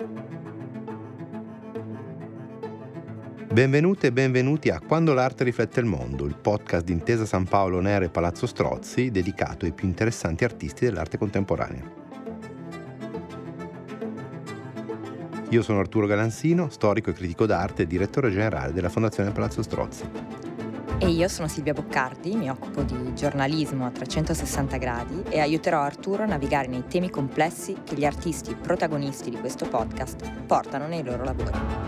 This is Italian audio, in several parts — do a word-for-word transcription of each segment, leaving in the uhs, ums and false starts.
Benvenute e benvenuti a Quando l'arte riflette il mondo, il podcast di Intesa San Paolo On Air e Palazzo Strozzi dedicato ai più interessanti artisti dell'arte contemporanea. Io sono Arturo Galansino, storico e critico d'arte e direttore generale della Fondazione Palazzo Strozzi. E io sono Silvia Boccardi, mi occupo di giornalismo a trecentosessanta gradi e aiuterò Arturo a navigare nei temi complessi che gli artisti protagonisti di questo podcast portano nei loro lavori.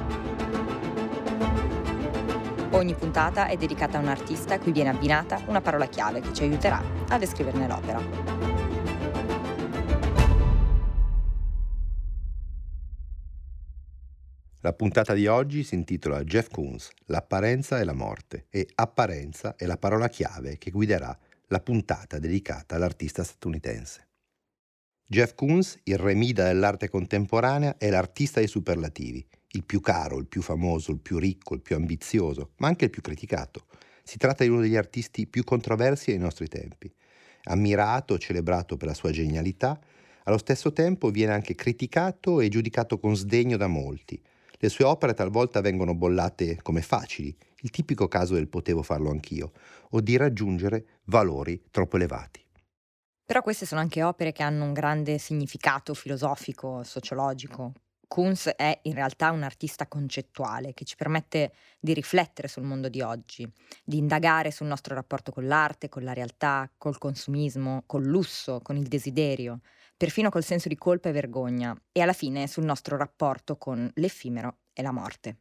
Ogni puntata è dedicata a un artista a cui viene abbinata una parola chiave che ci aiuterà a descriverne l'opera. La puntata di oggi si intitola Jeff Koons, l'apparenza e la morte, e apparenza è la parola chiave che guiderà la puntata dedicata all'artista statunitense. Jeff Koons, il re Mida dell'arte contemporanea, è l'artista dei superlativi, il più caro, il più famoso, il più ricco, il più ambizioso, ma anche il più criticato. Si tratta di uno degli artisti più controversi dei nostri tempi. Ammirato, celebrato per la sua genialità, allo stesso tempo viene anche criticato e giudicato con sdegno da molti. Le sue opere talvolta vengono bollate come facili, il tipico caso del potevo farlo anch'io, o di raggiungere valori troppo elevati. Però queste sono anche opere che hanno un grande significato filosofico, sociologico. Koons è in realtà un artista concettuale che ci permette di riflettere sul mondo di oggi, di indagare sul nostro rapporto con l'arte, con la realtà, col consumismo, col lusso, con il desiderio, perfino col senso di colpa e vergogna, e alla fine sul nostro rapporto con l'effimero e la morte.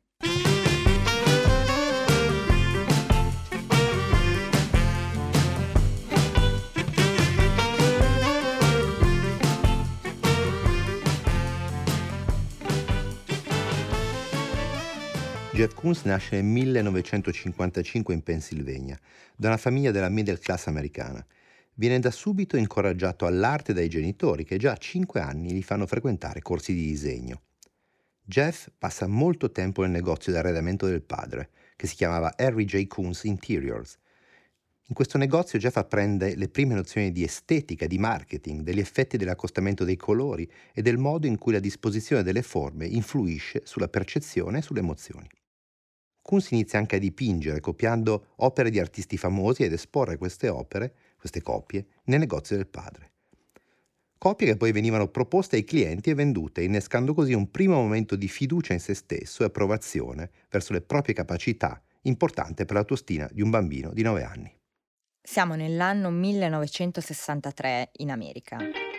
Jeff Koons nasce nel millenovecentocinquantacinque in Pennsylvania, da una famiglia della middle class americana. Viene da subito incoraggiato all'arte dai genitori, che già a cinque anni gli fanno frequentare corsi di disegno. Jeff passa molto tempo nel negozio di arredamento del padre, che si chiamava Harry J. Koons Interiors. In questo negozio Jeff apprende le prime nozioni di estetica, di marketing, degli effetti dell'accostamento dei colori e del modo in cui la disposizione delle forme influisce sulla percezione e sulle emozioni. Koons inizia anche a dipingere, copiando opere di artisti famosi ed esporre queste opere, queste copie, nel negozio del padre. Copie che poi venivano proposte ai clienti e vendute, innescando così un primo momento di fiducia in se stesso e approvazione verso le proprie capacità, importante per l'autostima di un bambino di nove anni. Siamo nell'anno millenovecentosessantatré in America.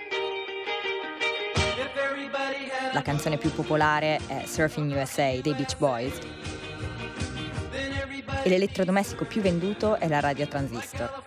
La canzone più popolare è Surfing U S A dei Beach Boys e l'elettrodomestico più venduto è la radio transistor.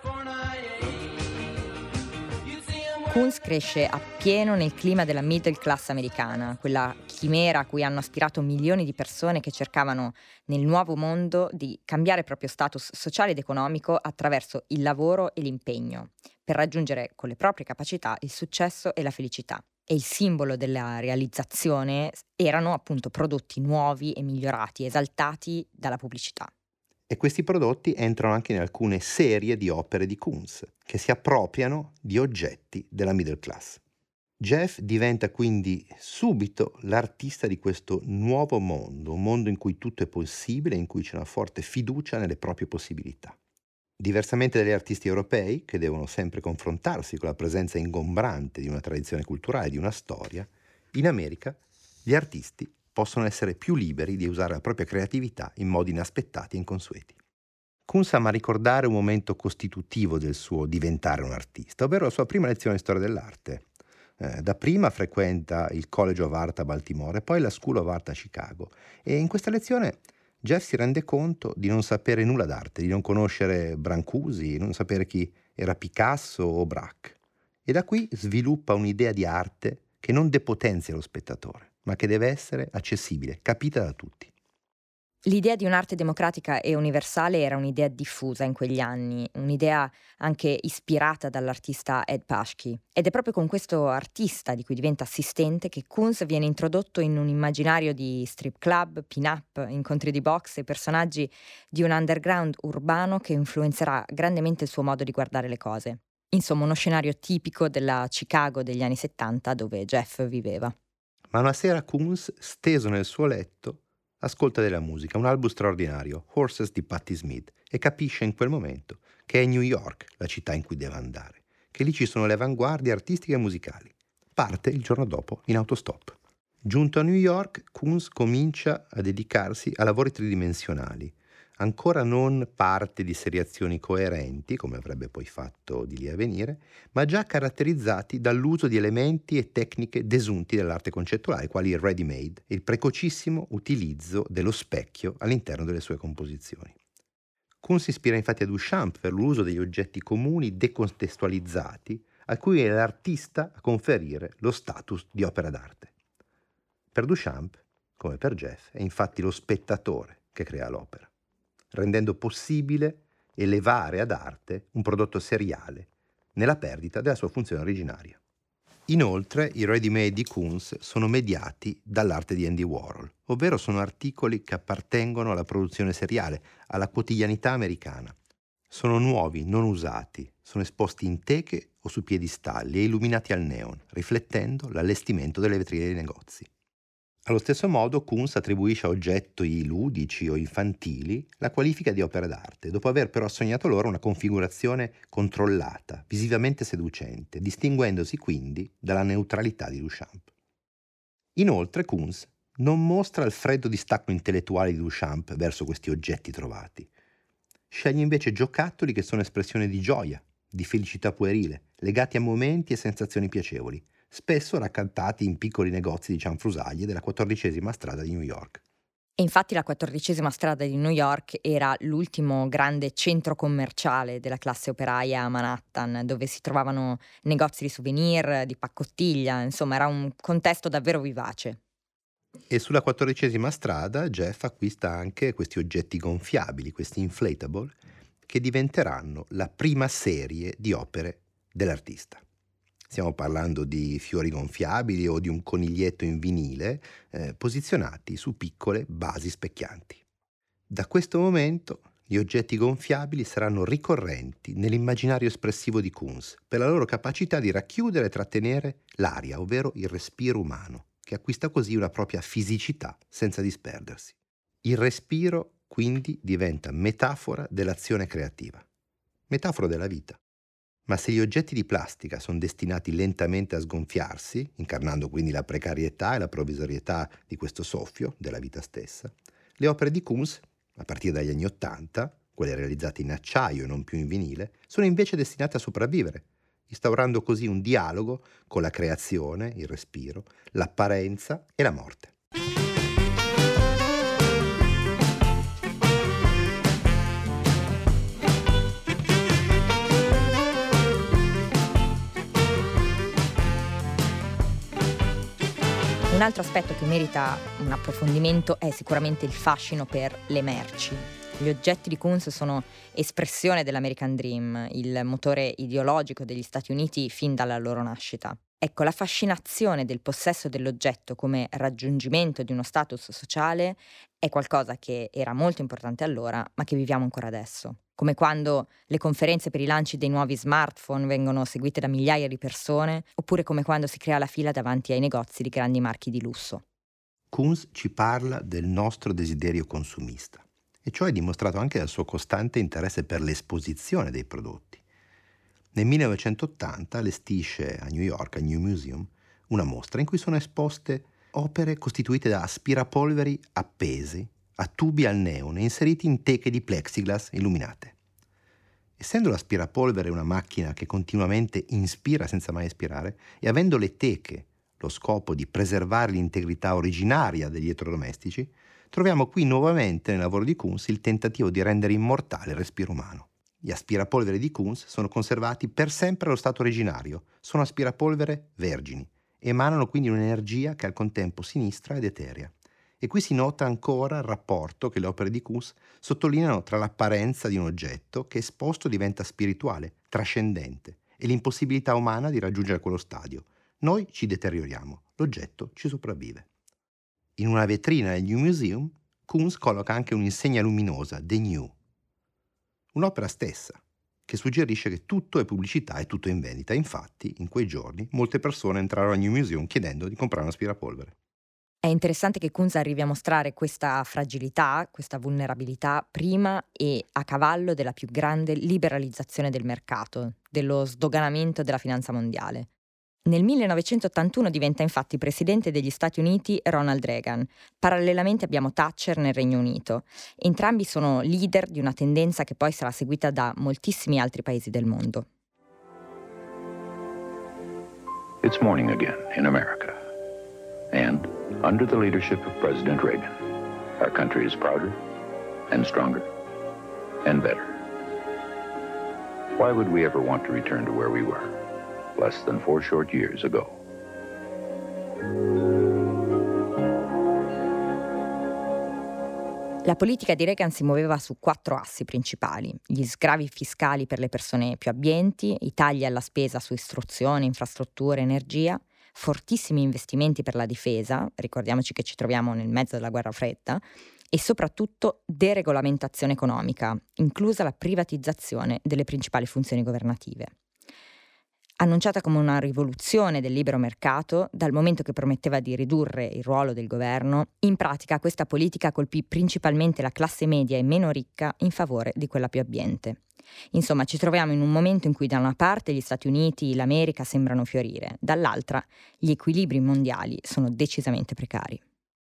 Koons cresce appieno nel clima della middle class americana, quella chimera a cui hanno aspirato milioni di persone che cercavano nel nuovo mondo di cambiare il proprio status sociale ed economico attraverso il lavoro e l'impegno, per raggiungere con le proprie capacità il successo e la felicità. E il simbolo della realizzazione erano appunto prodotti nuovi e migliorati, esaltati dalla pubblicità. E questi prodotti entrano anche in alcune serie di opere di Koons, che si appropriano di oggetti della middle class. Jeff diventa quindi subito l'artista di questo nuovo mondo, un mondo in cui tutto è possibile, in cui c'è una forte fiducia nelle proprie possibilità. Diversamente dagli artisti europei, che devono sempre confrontarsi con la presenza ingombrante di una tradizione culturale, di una storia, in America gli artisti possono essere più liberi di usare la propria creatività in modi inaspettati e inconsueti. Koons ama ricordare un momento costitutivo del suo diventare un artista, ovvero la sua prima lezione di storia dell'arte. Eh, da prima frequenta il College of Art a Baltimora e poi la School of Art a Chicago, e in questa lezione Jeff si rende conto di non sapere nulla d'arte, di non conoscere Brancusi, di non sapere chi era Picasso o Braque. E da qui sviluppa un'idea di arte che non depotenzia lo spettatore, ma che deve essere accessibile, capita da tutti. L'idea di un'arte democratica e universale era un'idea diffusa in quegli anni, un'idea anche ispirata dall'artista Ed Paschke. Ed è proprio con questo artista di cui diventa assistente che Koons viene introdotto in un immaginario di strip club, pin-up, incontri di box e personaggi di un underground urbano che influenzerà grandemente il suo modo di guardare le cose. Insomma, uno scenario tipico della Chicago degli anni settanta dove Jeff viveva. Ma una sera Koons, steso nel suo letto, ascolta della musica, un album straordinario, Horses di Patti Smith, e capisce in quel momento che è New York la città in cui deve andare, che lì ci sono le avanguardie artistiche e musicali. Parte il giorno dopo in autostop. Giunto a New York, Koons comincia a dedicarsi a lavori tridimensionali, ancora non parte di seriazioni coerenti, come avrebbe poi fatto di lì a venire, ma già caratterizzati dall'uso di elementi e tecniche desunti dell'arte concettuale, quali il ready-made e il precocissimo utilizzo dello specchio all'interno delle sue composizioni. Koons si ispira infatti a Duchamp per l'uso degli oggetti comuni decontestualizzati, a cui è l'artista a conferire lo status di opera d'arte. Per Duchamp, come per Jeff, è infatti lo spettatore che crea l'opera, rendendo possibile elevare ad arte un prodotto seriale nella perdita della sua funzione originaria. Inoltre, i ready-made di Koons sono mediati dall'arte di Andy Warhol, ovvero sono articoli che appartengono alla produzione seriale, alla quotidianità americana. Sono nuovi, non usati, sono esposti in teche o su piedistalli e illuminati al neon, riflettendo l'allestimento delle vetrine dei negozi. Allo stesso modo, Koons attribuisce a oggetti ludici o infantili la qualifica di opera d'arte, dopo aver però assegnato loro una configurazione controllata, visivamente seducente, distinguendosi quindi dalla neutralità di Duchamp. Inoltre, Koons non mostra il freddo distacco intellettuale di Duchamp verso questi oggetti trovati. Sceglie invece giocattoli che sono espressione di gioia, di felicità puerile, legati a momenti e sensazioni piacevoli, spesso raccattati in piccoli negozi di cianfrusaglie della quattordicesima strada di New York. E infatti la quattordicesima strada di New York era l'ultimo grande centro commerciale della classe operaia a Manhattan, dove si trovavano negozi di souvenir, di paccottiglia, insomma era un contesto davvero vivace. E sulla quattordicesima strada Jeff acquista anche questi oggetti gonfiabili, questi inflatable, che diventeranno la prima serie di opere dell'artista. Stiamo parlando di fiori gonfiabili o di un coniglietto in vinile eh, posizionati su piccole basi specchianti. Da questo momento gli oggetti gonfiabili saranno ricorrenti nell'immaginario espressivo di Koons per la loro capacità di racchiudere e trattenere l'aria, ovvero il respiro umano, che acquista così una propria fisicità senza disperdersi. Il respiro quindi diventa metafora dell'azione creativa, metafora della vita. Ma se gli oggetti di plastica sono destinati lentamente a sgonfiarsi, incarnando quindi la precarietà e la provvisorietà di questo soffio della vita stessa, le opere di Koons, a partire dagli anni Ottanta, quelle realizzate in acciaio e non più in vinile, sono invece destinate a sopravvivere, instaurando così un dialogo con la creazione, il respiro, l'apparenza e la morte. Un altro aspetto che merita un approfondimento è sicuramente il fascino per le merci. Gli oggetti di Koons sono espressione dell'American Dream, il motore ideologico degli Stati Uniti fin dalla loro nascita. Ecco, la fascinazione del possesso dell'oggetto come raggiungimento di uno status sociale è qualcosa che era molto importante allora, ma che viviamo ancora adesso. Come quando le conferenze per i lanci dei nuovi smartphone vengono seguite da migliaia di persone, oppure come quando si crea la fila davanti ai negozi di grandi marchi di lusso. Koons ci parla del nostro desiderio consumista, e ciò è dimostrato anche dal suo costante interesse per l'esposizione dei prodotti. Nel millenovecentottanta allestisce a New York, al New Museum, una mostra in cui sono esposte opere costituite da aspirapolveri appesi a tubi al neon e inseriti in teche di plexiglass illuminate. Essendo l'aspirapolvere una macchina che continuamente inspira senza mai espirare, e avendo le teche lo scopo di preservare l'integrità originaria degli elettrodomestici, troviamo qui nuovamente nel lavoro di Koons il tentativo di rendere immortale il respiro umano. Gli aspirapolvere di Koons sono conservati per sempre allo stato originario, sono aspirapolvere vergini, emanano quindi un'energia che è al contempo sinistra ed eterea. E qui si nota ancora il rapporto che le opere di Koons sottolineano tra l'apparenza di un oggetto che esposto diventa spirituale, trascendente, e l'impossibilità umana di raggiungere quello stadio. Noi ci deterioriamo, l'oggetto ci sopravvive. In una vetrina del New Museum, Koons colloca anche un'insegna luminosa, The New. Un'opera stessa, che suggerisce che tutto è pubblicità e tutto è in vendita. Infatti, in quei giorni, molte persone entrarono a New Museum chiedendo di comprare un aspirapolvere. È interessante che Kunz arrivi a mostrare questa fragilità, questa vulnerabilità prima e a cavallo della più grande liberalizzazione del mercato, dello sdoganamento della finanza mondiale. Nel millenovecentottantuno diventa infatti presidente degli Stati Uniti Ronald Reagan. Parallelamente abbiamo Thatcher nel Regno Unito. Entrambi sono leader di una tendenza che poi sarà seguita da moltissimi altri paesi del mondo. It's morning again in America. And under the leadership of President Reagan, our country is prouder and stronger and better. Why would we ever want to return to where we were less than four short years ago? La politica di Reagan si muoveva su quattro assi principali: gli sgravi fiscali per le persone più abbienti, i tagli alla spesa su istruzione, infrastrutture, energia, fortissimi investimenti per la difesa, ricordiamoci che ci troviamo nel mezzo della guerra fredda, e soprattutto deregolamentazione economica, inclusa la privatizzazione delle principali funzioni governative. Annunciata come una rivoluzione del libero mercato, dal momento che prometteva di ridurre il ruolo del governo, in pratica questa politica colpì principalmente la classe media e meno ricca in favore di quella più abbiente. Insomma, ci troviamo in un momento in cui da una parte gli Stati Uniti, l'America sembrano fiorire, dall'altra gli equilibri mondiali sono decisamente precari.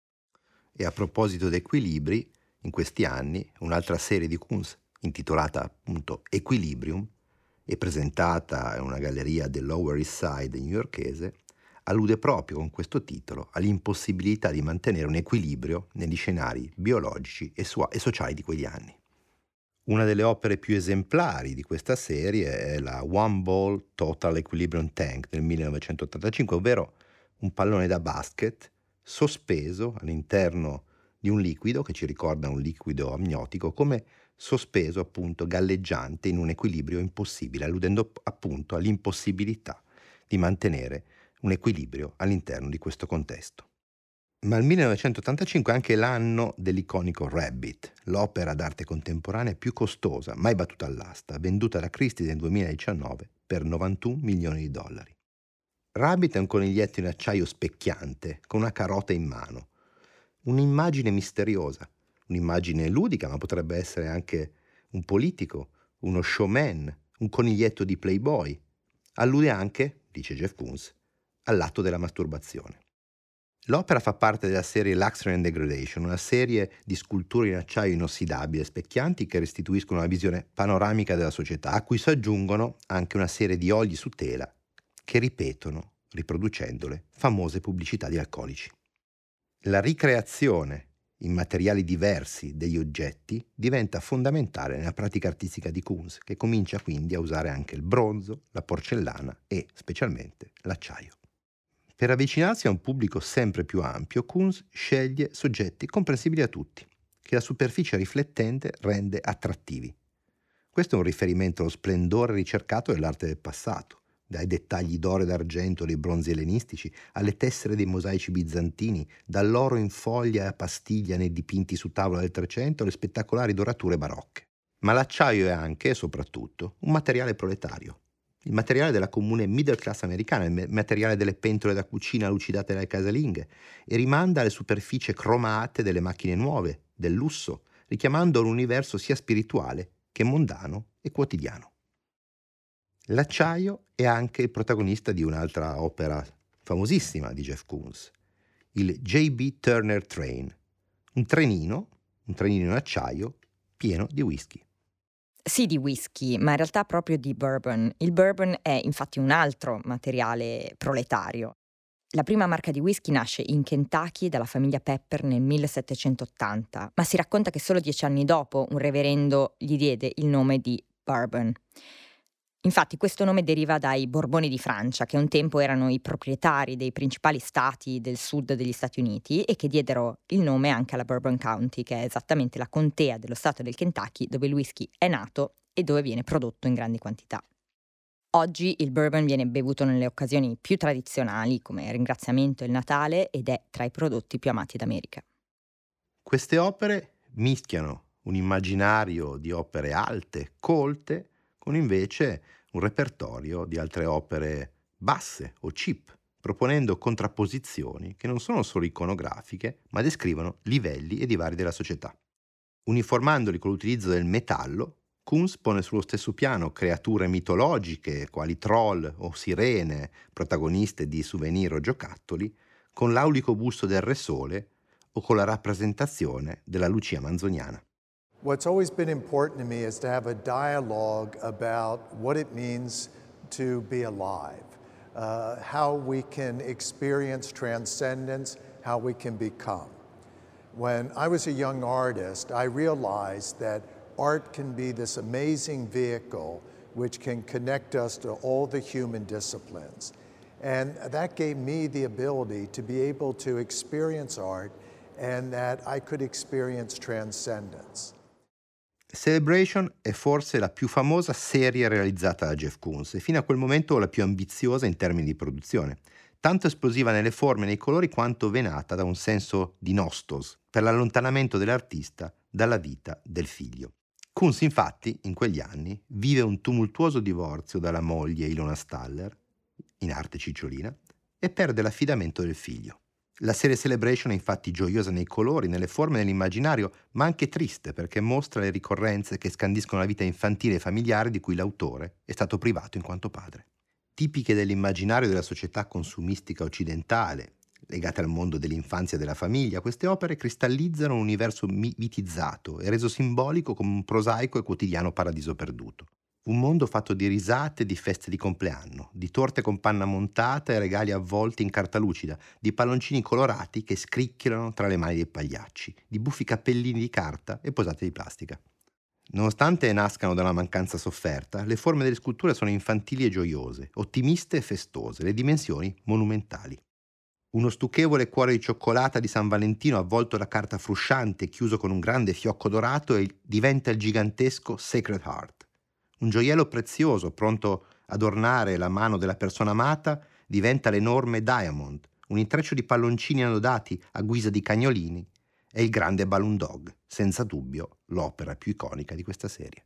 E a proposito di equilibri, in questi anni un'altra serie di Kunz, intitolata appunto Equilibrium, e presentata in una galleria del Lower East Side newyorkese, allude proprio con questo titolo all'impossibilità di mantenere un equilibrio negli scenari biologici e, so- e sociali di quegli anni. Una delle opere più esemplari di questa serie è la One Ball Total Equilibrium Tank del millenovecentottantacinque, ovvero un pallone da basket sospeso all'interno di un liquido che ci ricorda un liquido amniotico, come sospeso appunto galleggiante in un equilibrio impossibile, alludendo appunto all'impossibilità di mantenere un equilibrio all'interno di questo contesto. Ma il millenovecentottantacinque è anche l'anno dell'iconico Rabbit, l'opera d'arte contemporanea più costosa mai battuta all'asta, venduta da Christie nel duemiladiciannove per novantuno milioni di dollari. Rabbit è un coniglietto in acciaio specchiante, con una carota in mano. Un'immagine misteriosa, un'immagine ludica, ma potrebbe essere anche un politico, uno showman, un coniglietto di Playboy. Allude anche, dice Jeff Koons, all'atto della masturbazione. L'opera fa parte della serie Luxury and Degradation, una serie di sculture in acciaio inossidabile e specchianti che restituiscono una visione panoramica della società, a cui si aggiungono anche una serie di olii su tela che ripetono, riproducendole, famose pubblicità di alcolici. La ricreazione in materiali diversi degli oggetti diventa fondamentale nella pratica artistica di Koons, che comincia quindi a usare anche il bronzo, la porcellana e, specialmente, l'acciaio. Per avvicinarsi a un pubblico sempre più ampio, Koons sceglie soggetti comprensibili a tutti, che la superficie riflettente rende attrattivi. Questo è un riferimento allo splendore ricercato dell'arte del passato, dai dettagli d'oro e d'argento dei bronzi ellenistici alle tessere dei mosaici bizantini, dall'oro in foglia e a pastiglia nei dipinti su tavola del Trecento alle spettacolari dorature barocche. Ma l'acciaio è anche e soprattutto un materiale proletario. Il materiale della comune middle class americana, il materiale delle pentole da cucina lucidate dalle casalinghe, e rimanda alle superfici cromate delle macchine nuove, del lusso, richiamando un universo sia spirituale che mondano e quotidiano. L'acciaio è anche il protagonista di un'altra opera famosissima di Jeff Koons, il J B Turner Train, un trenino, un trenino in acciaio pieno di whisky. Sì, di whisky, ma in realtà proprio di bourbon. Il bourbon è infatti un altro materiale proletario. La prima marca di whisky nasce in Kentucky dalla famiglia Pepper nel millesettecentottanta, ma si racconta che solo dieci anni dopo un reverendo gli diede il nome di bourbon. Infatti questo nome deriva dai Borboni di Francia, che un tempo erano i proprietari dei principali stati del sud degli Stati Uniti e che diedero il nome anche alla Bourbon County, che è esattamente la contea dello stato del Kentucky dove il whisky è nato e dove viene prodotto in grandi quantità. Oggi il bourbon viene bevuto nelle occasioni più tradizionali, come ringraziamento e il Natale, ed è tra i prodotti più amati d'America. Queste opere mischiano un immaginario di opere alte, colte, con invece un repertorio di altre opere basse o cheap, proponendo contrapposizioni che non sono solo iconografiche, ma descrivono livelli e divari della società. Uniformandoli con l'utilizzo del metallo, Kunz pone sullo stesso piano creature mitologiche, quali troll o sirene, protagoniste di souvenir o giocattoli, con l'aulico busto del Re Sole o con la rappresentazione della Lucia manzoniana. What's always been important to me is to have a dialogue about what it means to be alive, uh, how we can experience transcendence, how we can become. When I was a young artist, I realized that art can be this amazing vehicle which can connect us to all the human disciplines. And that gave me the ability to be able to experience art and that I could experience transcendence. Celebration è forse la più famosa serie realizzata da Jeff Koons e fino a quel momento la più ambiziosa in termini di produzione, tanto esplosiva nelle forme e nei colori quanto venata da un senso di nostos per l'allontanamento dell'artista dalla vita del figlio. Koons infatti in quegli anni vive un tumultuoso divorzio dalla moglie Ilona Staller, in arte Cicciolina, e perde l'affidamento del figlio. La serie Celebration è infatti gioiosa nei colori, nelle forme e nell'immaginario, ma anche triste perché mostra le ricorrenze che scandiscono la vita infantile e familiare di cui l'autore è stato privato in quanto padre. Tipiche dell'immaginario della società consumistica occidentale, legate al mondo dell'infanzia e della famiglia, queste opere cristallizzano un universo mitizzato e reso simbolico come un prosaico e quotidiano paradiso perduto. Un mondo fatto di risate e di feste di compleanno, di torte con panna montata e regali avvolti in carta lucida, di palloncini colorati che scricchiolano tra le mani dei pagliacci, di buffi cappellini di carta e posate di plastica. Nonostante nascano da una mancanza sofferta, le forme delle sculture sono infantili e gioiose, ottimiste e festose, le dimensioni monumentali. Uno stucchevole cuore di cioccolata di San Valentino avvolto da carta frusciante e chiuso con un grande fiocco dorato e diventa il gigantesco Sacred Heart. Un gioiello prezioso, pronto ad ornare la mano della persona amata, diventa l'enorme Diamond, un intreccio di palloncini annodati a guisa di cagnolini, e il grande Balloon Dog, senza dubbio l'opera più iconica di questa serie.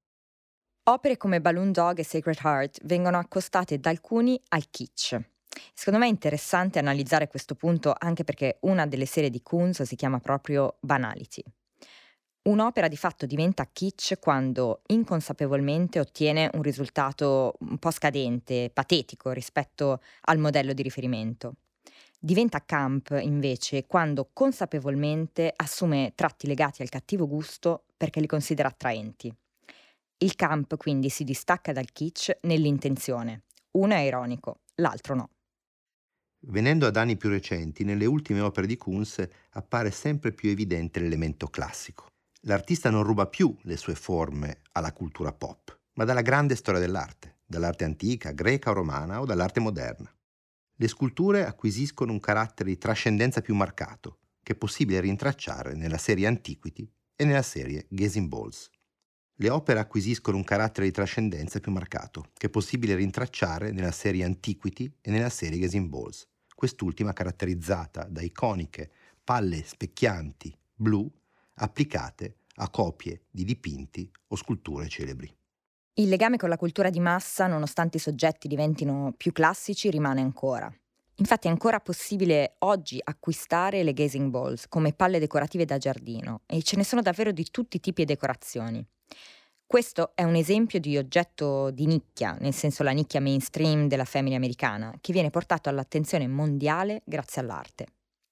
Opere come Balloon Dog e Sacred Heart vengono accostate da alcuni al kitsch. Secondo me è interessante analizzare questo punto anche perché una delle serie di Koons si chiama proprio Banality. Un'opera di fatto diventa kitsch quando inconsapevolmente ottiene un risultato un po' scadente, patetico rispetto al modello di riferimento. Diventa camp invece quando consapevolmente assume tratti legati al cattivo gusto perché li considera attraenti. Il camp quindi si distacca dal kitsch nell'intenzione. Uno è ironico, l'altro no. Venendo ad anni più recenti, nelle ultime opere di Koons appare sempre più evidente l'elemento classico. L'artista non ruba più le sue forme alla cultura pop, ma dalla grande storia dell'arte, dall'arte antica, greca o romana o dall'arte moderna. Le sculture acquisiscono un carattere di trascendenza più marcato, che è possibile rintracciare nella serie Antiquity e nella serie Gazing Balls. Le opere acquisiscono un carattere di trascendenza più marcato, che è possibile rintracciare nella serie Antiquity e nella serie Gazing Balls, quest'ultima caratterizzata da iconiche palle specchianti blu applicate a copie di dipinti o sculture celebri. Il legame con la cultura di massa, nonostante i soggetti diventino più classici, rimane ancora. Infatti è ancora possibile oggi acquistare le Gazing Balls come palle decorative da giardino e ce ne sono davvero di tutti i tipi e decorazioni. Questo è un esempio di oggetto di nicchia, nel senso la nicchia mainstream della family americana, che viene portato all'attenzione mondiale grazie all'arte.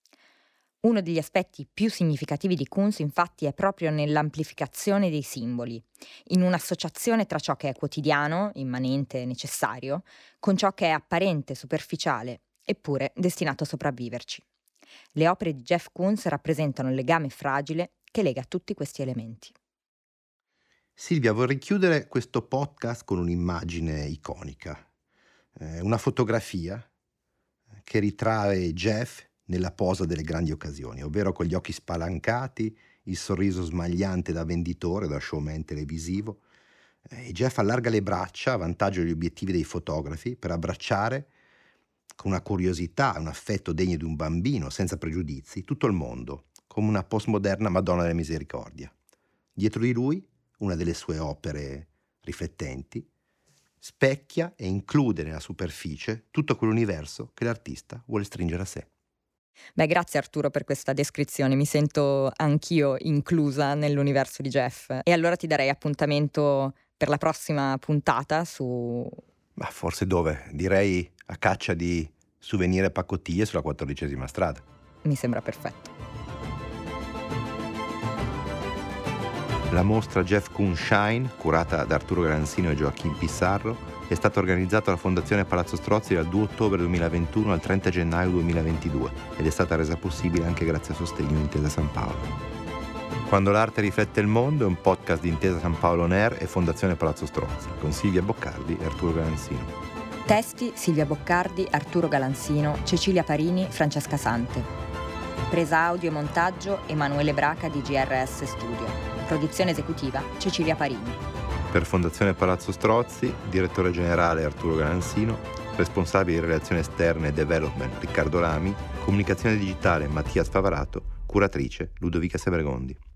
Uno degli aspetti più significativi di Koons, infatti, è proprio nell'amplificazione dei simboli, in un'associazione tra ciò che è quotidiano, immanente e necessario, con ciò che è apparente, superficiale, eppure destinato a sopravviverci. Le opere di Jeff Koons rappresentano il legame fragile che lega tutti questi elementi. Silvia, vorrei chiudere questo podcast con un'immagine iconica, eh, una fotografia che ritrae Jeff nella posa delle grandi occasioni, ovvero con gli occhi spalancati, il sorriso smagliante da venditore, da showman televisivo. E Jeff allarga le braccia a vantaggio degli obiettivi dei fotografi per abbracciare con una curiosità, un affetto degno di un bambino, senza pregiudizi, tutto il mondo, come una postmoderna Madonna della Misericordia. Dietro di lui, una delle sue opere riflettenti, specchia e include nella superficie tutto quell'universo che l'artista vuole stringere a sé. Beh, grazie Arturo per questa descrizione, mi sento anch'io inclusa nell'universo di Jeff. E allora ti darei appuntamento per la prossima puntata su... Ma forse dove? Direi a caccia di souvenir e pacottiglie sulla quattordicesima strada. Mi sembra perfetto. La mostra Jeff Koons Shine, curata da Arturo Galansino e Joachim Pissarro, è stata organizzata dalla Fondazione Palazzo Strozzi dal due ottobre duemilaventuno al trenta gennaio duemilaventidue ed è stata resa possibile anche grazie al sostegno di Intesa San Paolo. Quando l'arte riflette il mondo è un podcast di Intesa San Paolo On Air e Fondazione Palazzo Strozzi, con Silvia Boccardi e Arturo Galansino. Testi Silvia Boccardi, Arturo Galansino, Cecilia Parini, Francesca Sante. Presa audio e montaggio Emanuele Braca di G R S Studio. Produzione esecutiva Cecilia Parini. Per Fondazione Palazzo Strozzi, direttore generale Arturo Galansino, responsabile di relazioni esterne e development Riccardo Lami, comunicazione digitale Mattias Favarato, curatrice Ludovica Sebregondi.